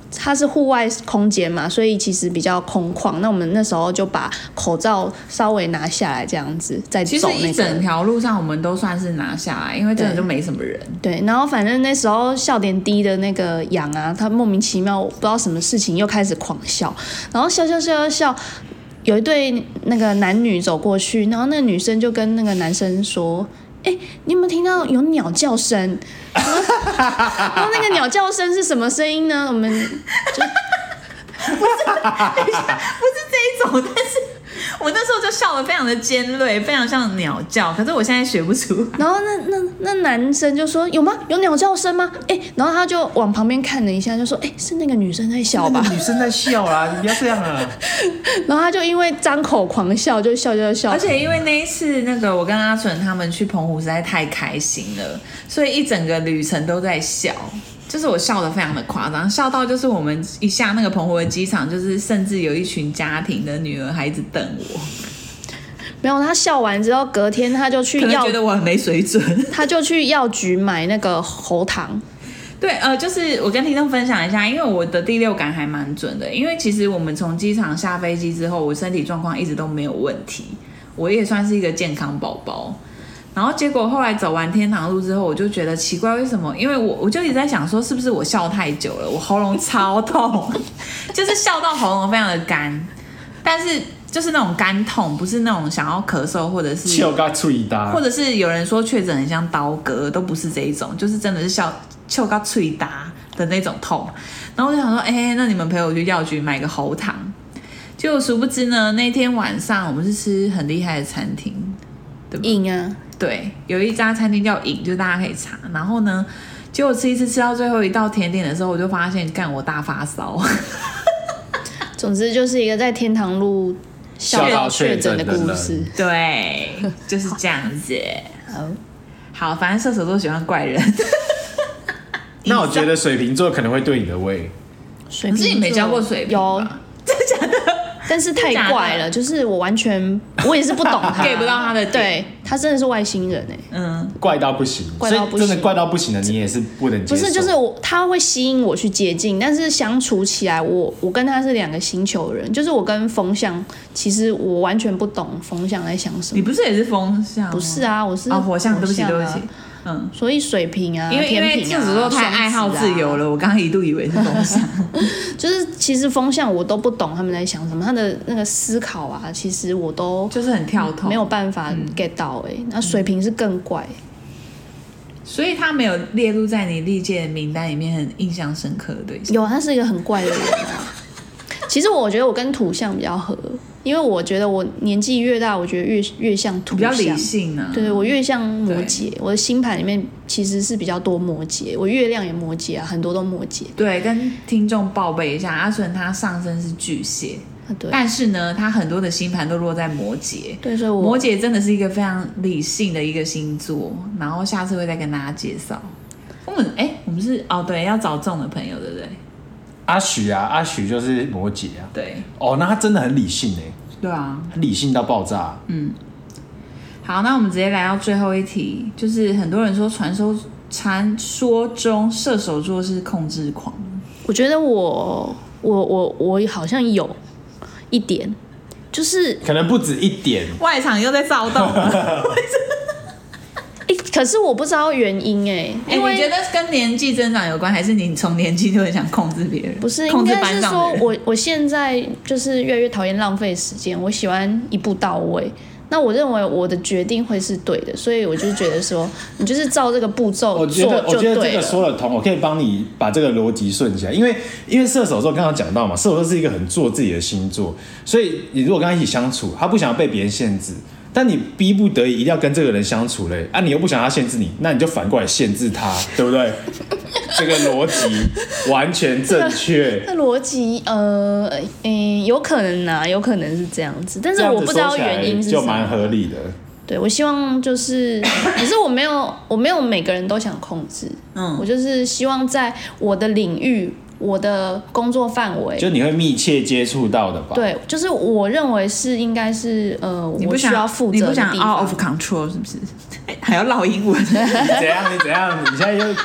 它是户外空间嘛，所以其实比较空旷。那我们那时候就把口罩稍微拿下来，这样子再走、那个。
其实一整条路上我们都算是拿下来，因为真的就没什么人。
对，然后反正那时候笑点低的那个羊啊，他莫名其妙不知道什么事情又开始狂笑，然后笑笑笑笑笑。有一对那个男女走过去，然后那个女生就跟那个男生说：“哎、欸，你有没有听到有鸟叫声？”然后那个鸟叫声是什么声音呢？我们就
不是，等一下，不是这一种，但是我那时候就笑得非常的尖锐，非常像鸟叫，可是我现在学不出来。
然后那那那男生就说：“有吗？有鸟叫声吗？”哎、欸，然后他就往旁边看了一下，就说：“哎、欸，是那个女生在笑吧？”
那个女生在笑啦，你不要这样啊！
然后他就因为张口狂笑，就笑笑笑。
而且因为那一次那个我跟阿纯他们去澎湖实在太开心了，所以一整个旅程都在笑。就是我笑得非常的夸张，笑到就是我们一下那个澎湖的机场，就是甚至有一群家庭的女儿还一直瞪我。
没有，他笑完之后，隔天他就去药，
可能觉得我很没水准，
他就去药局买那个喉糖。
对，呃，就是我跟听众分享一下，因为我的第六感还蛮准的，因为其实我们从机场下飞机之后，我身体状况一直都没有问题，我也算是一个健康宝宝。然后结果后来走完天堂路之后，我就觉得奇怪，为什么？因为我我就一直在想说，是不是我笑太久了，我喉咙超痛，就是笑到喉咙非常的干，但是就是那种干痛，不是那种想要咳嗽或者是
笑到嘴大，
或者是有人说确诊很像刀割，都不是这一种，就是真的是笑笑到嘴大的那种痛。然后我就想说，哎、欸，那你们陪我去药局买个喉糖。结果殊不知呢，那天晚上我们是吃很厉害的餐厅，对吧？
瘾啊。
对，有一家餐厅叫瘾，就大家可以查。然后呢，结果吃一次吃到最后一道甜点的时候，我就发现，干我大发烧。
总之就是一个在天堂路笑到确诊的故事。
对，就是这样子。
好，
好，反正射手座喜欢怪人。
那我觉得水瓶座可能会对你的胃。
水瓶座，
可是你没教过水瓶
有，
真的假的？
但是太怪了，就是我完全我也是不懂他
，get 不到他的点，
对他真的是外星人哎、欸，
嗯，
怪到不行，
怪到不行，
所以真的怪到不行的，你也是不能接受。
不是，就是我他会吸引我去接近，但是相处起来我，我我跟他是两个星球人，就是我跟风象，其实我完全不懂风象在想什么。
你不是也是风象？
不是啊，我是
哦火象，对不起，
啊、
对不起。嗯，
所以水瓶啊，
因为因为射手座太爱好自由了，啊、我刚刚一度以为是风象，
就是其实风象我都不懂他们在想什么，他的那个思考啊，其实我都
就是很跳脱，
没有办法 get 到哎、欸。那、嗯、水瓶是更怪，
所以他没有列入在你历届名单里面很印象深刻的对象。
有，他是一个很怪的人啊。其实我觉得我跟土象比较合，因为我觉得我年纪越大，我觉得越越像土象，
比较理性啊。
对，我越像摩羯，我的星盘里面其实是比较多摩羯，我月亮也摩羯啊，很多都摩羯。
对，跟听众报备一下，阿纯他上升是巨蟹，
对，
但是呢，他很多的星盘都落在摩羯。
对，所以我
摩羯真的是一个非常理性的一个星座，然后下次会再跟大家介绍。我们哎，我们是哦，对，要找中的朋友，对不对？
阿许啊，阿许就是摩羯啊。
对。
哦，那他真的很理性哎。
对啊。
很理性到爆炸。
嗯。好，那我们直接来到最后一题，就是很多人说传说传说中射手座是控制狂。
我觉得我我我我好像有一点，就是
可能不止一点。
外场又在躁动了。
欸、可是我不知道原因哎、欸，因为、
欸、你觉得跟年纪增长有关，还是你从年纪就很想控制别人？
不是，应该是说我我现在就是越来越讨厌浪费时间，我喜欢一步到位。那我认为我的决定会是对的，所以我就觉得说，你就是照这个步骤做就对了。
我觉得这个说得通，我可以帮你把这个逻辑顺起来。因为因为射手座刚刚讲到嘛，射手座是一个很做自己的星座，所以你如果跟他一起相处，他不想要被别人限制。但你逼不得已一定要跟这个人相处嘞，啊，你又不想他限制你，那你就反过来限制他，对不对？这个逻辑完全正确。
这逻辑，呃，嗯，有可能啊，有可能是这样子，但是我不知道原因是什么，
就蛮合理的。
对，我希望就是，可是我没有，我没有每个人都想控制，嗯，我就是希望在我的领域。我的工作范围，
就你会密切接触到的吧？
对，就是我认为是应该是呃，
我
需要负责的地方。
你不想 out of control 是不是？还要唠英文？
你怎样？你怎样？你现在又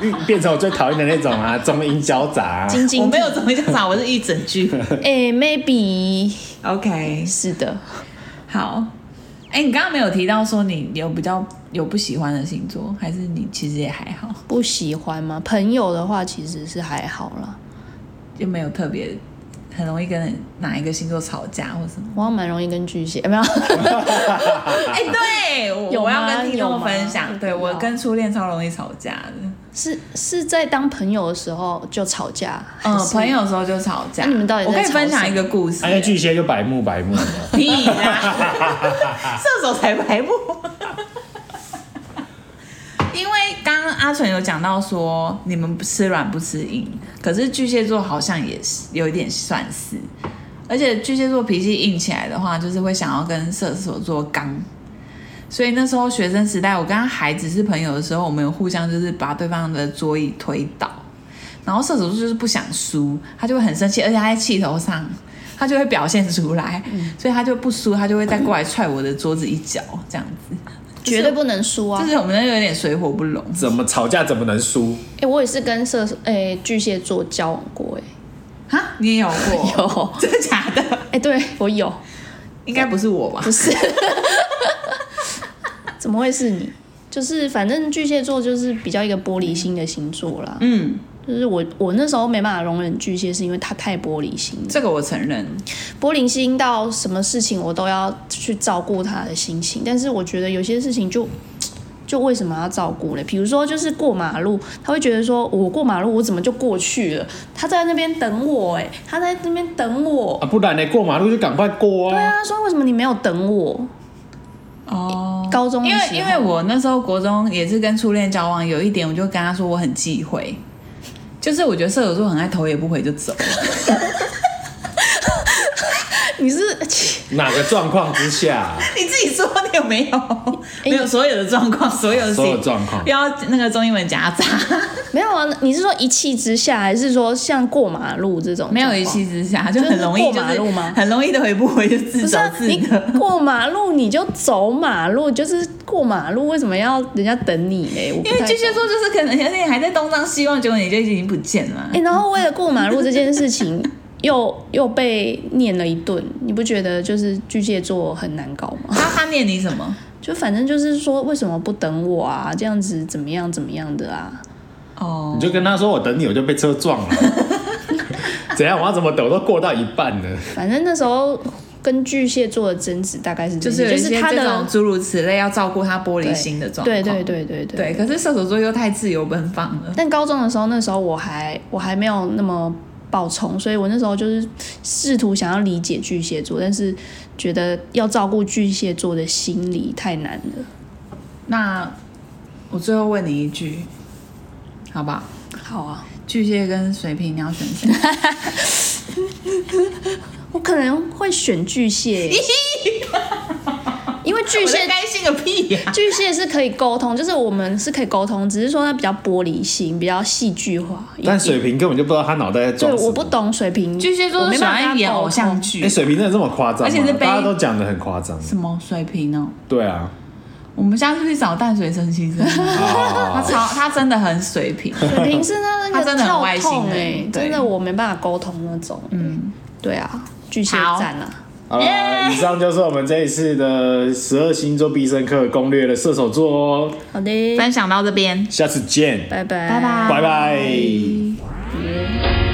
变成我最讨厌的那种啊，中英交杂、啊。
晶晶
我没有中英交杂，我是一整句。
哎、m a y b e
OK，
是的。
好。哎、欸，你刚刚没有提到说你有比较有不喜欢的星座，还是你其实也还好？
不喜欢吗？朋友的话其实是还好啦，
就没有特别很容易跟哪一个星座吵架或什么？
我蛮容易跟巨蟹，没有？
哎、欸，对，我我要跟听众分享，对我跟初恋超容易吵架的。
是是在当朋友的时候就吵架，
嗯，朋友的时候就吵架。
那你们到底在
我可以分享一个故事。
因为巨蟹就白目白目，
屁啦，射手才白目。因为刚刚阿纯有讲到说你们吃软不吃硬，可是巨蟹座好像也是有一点算是，而且巨蟹座脾气硬起来的话，就是会想要跟射手座刚。所以那时候学生时代，我跟他还只是朋友的时候，我们有互相就是把对方的桌椅推倒，然后射手座就是不想输，他就会很生气，而且他在气头上，他就会表现出来，嗯、所以他就不输，他就会再过来踹我的桌子一脚，这样子，
绝对不能输啊！
就是我们那有点水火不容。
怎么吵架怎么能输？
哎、欸，我也是跟射手哎、欸、巨蟹座交往过哎、
欸，哈，你也有过？
有，
真的假的？
哎、欸，对我有，
应该不是我吧？
不是。怎么会是你？就是反正巨蟹座就是比较一个玻璃心的星座啦。嗯，就是我我那时候没办法容忍巨蟹，是因为他太玻璃心了。
这个我承认，
玻璃心到什么事情我都要去照顾他的心情。但是我觉得有些事情就就为什么要照顾呢？比如说就是过马路，他会觉得说我过马路我怎么就过去了？他在那边等我、欸，哎，他在那边等我
啊，不然呢？过马路就赶快过啊！
对啊，说为什么你没有等我？
哦，
高中的时候，
因为因为我那时候国中也是跟初恋交往，有一点我就跟他说我很忌讳，就是我觉得射手座很爱头也不回就走。
你是
哪个状况之下？
你自己说你有没有？欸、没有所有的状况，所有的
所有状况，
不要那个中英文夹杂。
没有啊，你是说一气之下，还是说像过马路这种？
没有一气之下，就很容易、就是、
过马路吗？
很容易的回不回就自走自得。
啊、过马路你就走马路，就是过马路，为什么要人家等你嘞？因
为巨蟹座就是可能你还在东张西望，结果你就已经不见了。
哎、欸，然后为了过马路这件事情。又又被念了一顿，你不觉得就是巨蟹座很难搞吗？
他他念你什么？
就反正就是说为什么不等我啊？这样子怎么样怎么样的啊？
哦，
你就跟他说我等你，我就被车撞了。怎样？我要怎么等？我都过到一半了。
反正那时候跟巨蟹座的争执大概是
就是有一些这种诸如此类要照顾他玻璃心的状况。
对对对对 对,
对, 对。可是射手座又太自由奔放了。
但高中的时候，那时候我还我还没有那么。爆冲，所以我那时候就是试图想要理解巨蟹座，但是觉得要照顾巨蟹座的心理太难了。
那我最后问你一句，好吧？
好啊。
巨蟹跟水瓶，你要选谁？
我可能会选巨蟹。因为巨蟹
开心个屁呀、啊！
巨蟹是可以沟通，就是我们是可以沟通，只是说它比较玻璃心，比较戏剧化。
但水瓶根本就不知道他脑袋在装什么。
对，我不懂水瓶。
巨蟹座喜欢演偶像剧。
哎、欸，水瓶真的这么夸张吗？
而且是
大家都讲得很夸张。
什么水瓶哦？
对啊。
我们下次去找淡水神奇生，他超他真的很水瓶。
水瓶是那那个跳痛哎、欸，真的我没办法沟通那种、欸。嗯，对啊，巨蟹赞啊。
好了， yeah! 以上就是我们这一次的十二星座必胜课攻略的射手座哦。
好的，
分享到这边，
下次见，
拜拜，
拜拜，
拜拜。